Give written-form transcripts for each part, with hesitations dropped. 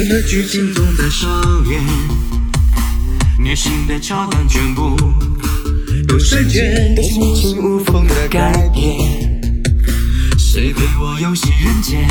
真的剧情总在上演，虐心的桥段全部都删减，都是无情无缝的改变。谁陪我游戏人间，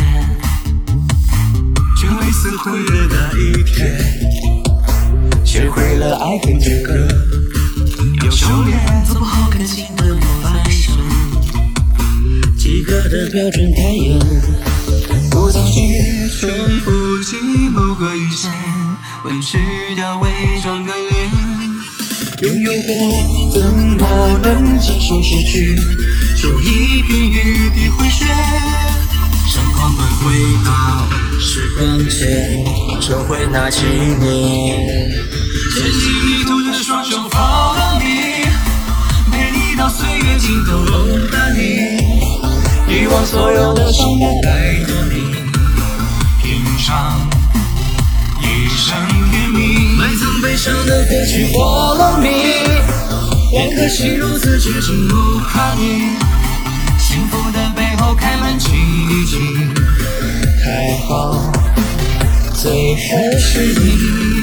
却为撕毁了那一天，学会了爱恨之歌，要修炼做不好感情的模范生。及格的标准太严，不再去重复起某个遇见，委屈掉伪装的脸。拥有过怎么能接受失去，就一片雨滴回旋。闪光轮回到时光前，重回那几年。牵起迷途的双手 follow me， 陪你到岁月尽头拥抱你。遗忘所有的伤感，拜托你品尝一生甜蜜，埋藏悲伤的歌曲 follow me， 两颗心如此接近不怕你，幸福的背后开满荆棘，还好最后是你。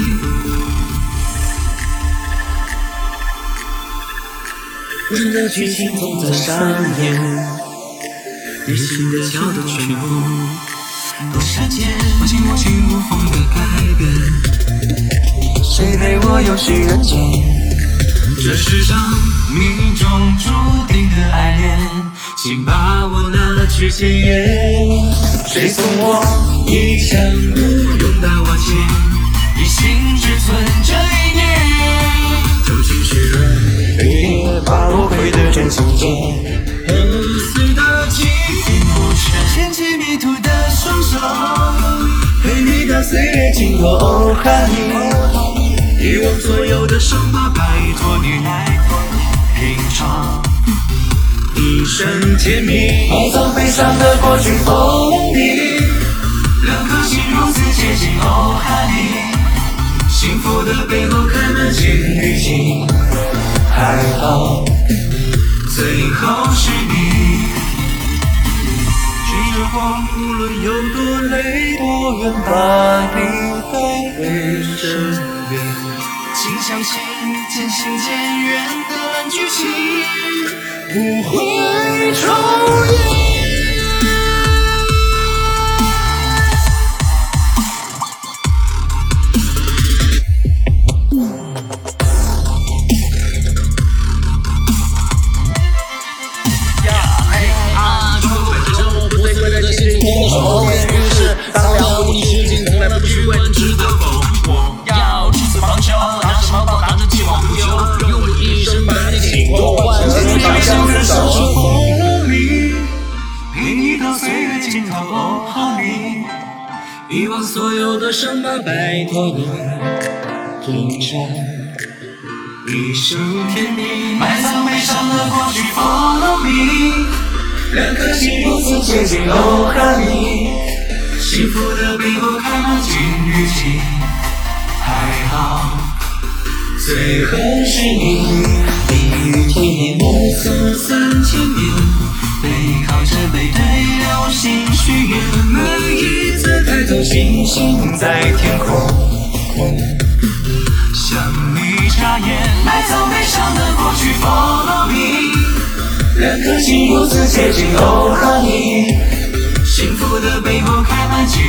真的剧情总在上演，内心的桥段全部都删减，无情无缝的改变。谁陪我游戏人间？这世上命中注定的爱恋，请把我拿去检验。谁送我一腔无用的瓦解，一心只存这一念。究竟是谁把我毁得真心间？死的记忆不全，牵起迷途的双手，陪你到岁月尽头。哦，哈你，遗忘所有的伤疤，拜托你品尝一生甜蜜，埋葬悲伤的过去 follow me， 两颗心如此接近。哦，哈你，幸福的背后开满荆棘，还好最后是你。去着光，无论有多累多远，把你带回身边。请相信渐行渐远的烂剧情不会重演。遗忘所有的伤疤，拜托你品尝一生甜蜜，埋藏悲伤的过去 follow me， 两颗心如此接近。哦，哈你，幸福的背后开满荆棘，还好最后是你。地狱天年目送3000年，背靠着背对流星许愿，每一次抬头星星在天空，向你眨眼，埋藏悲伤的过去 follow me， 两颗心如此接近。哦，哈你，幸福的背后开满荆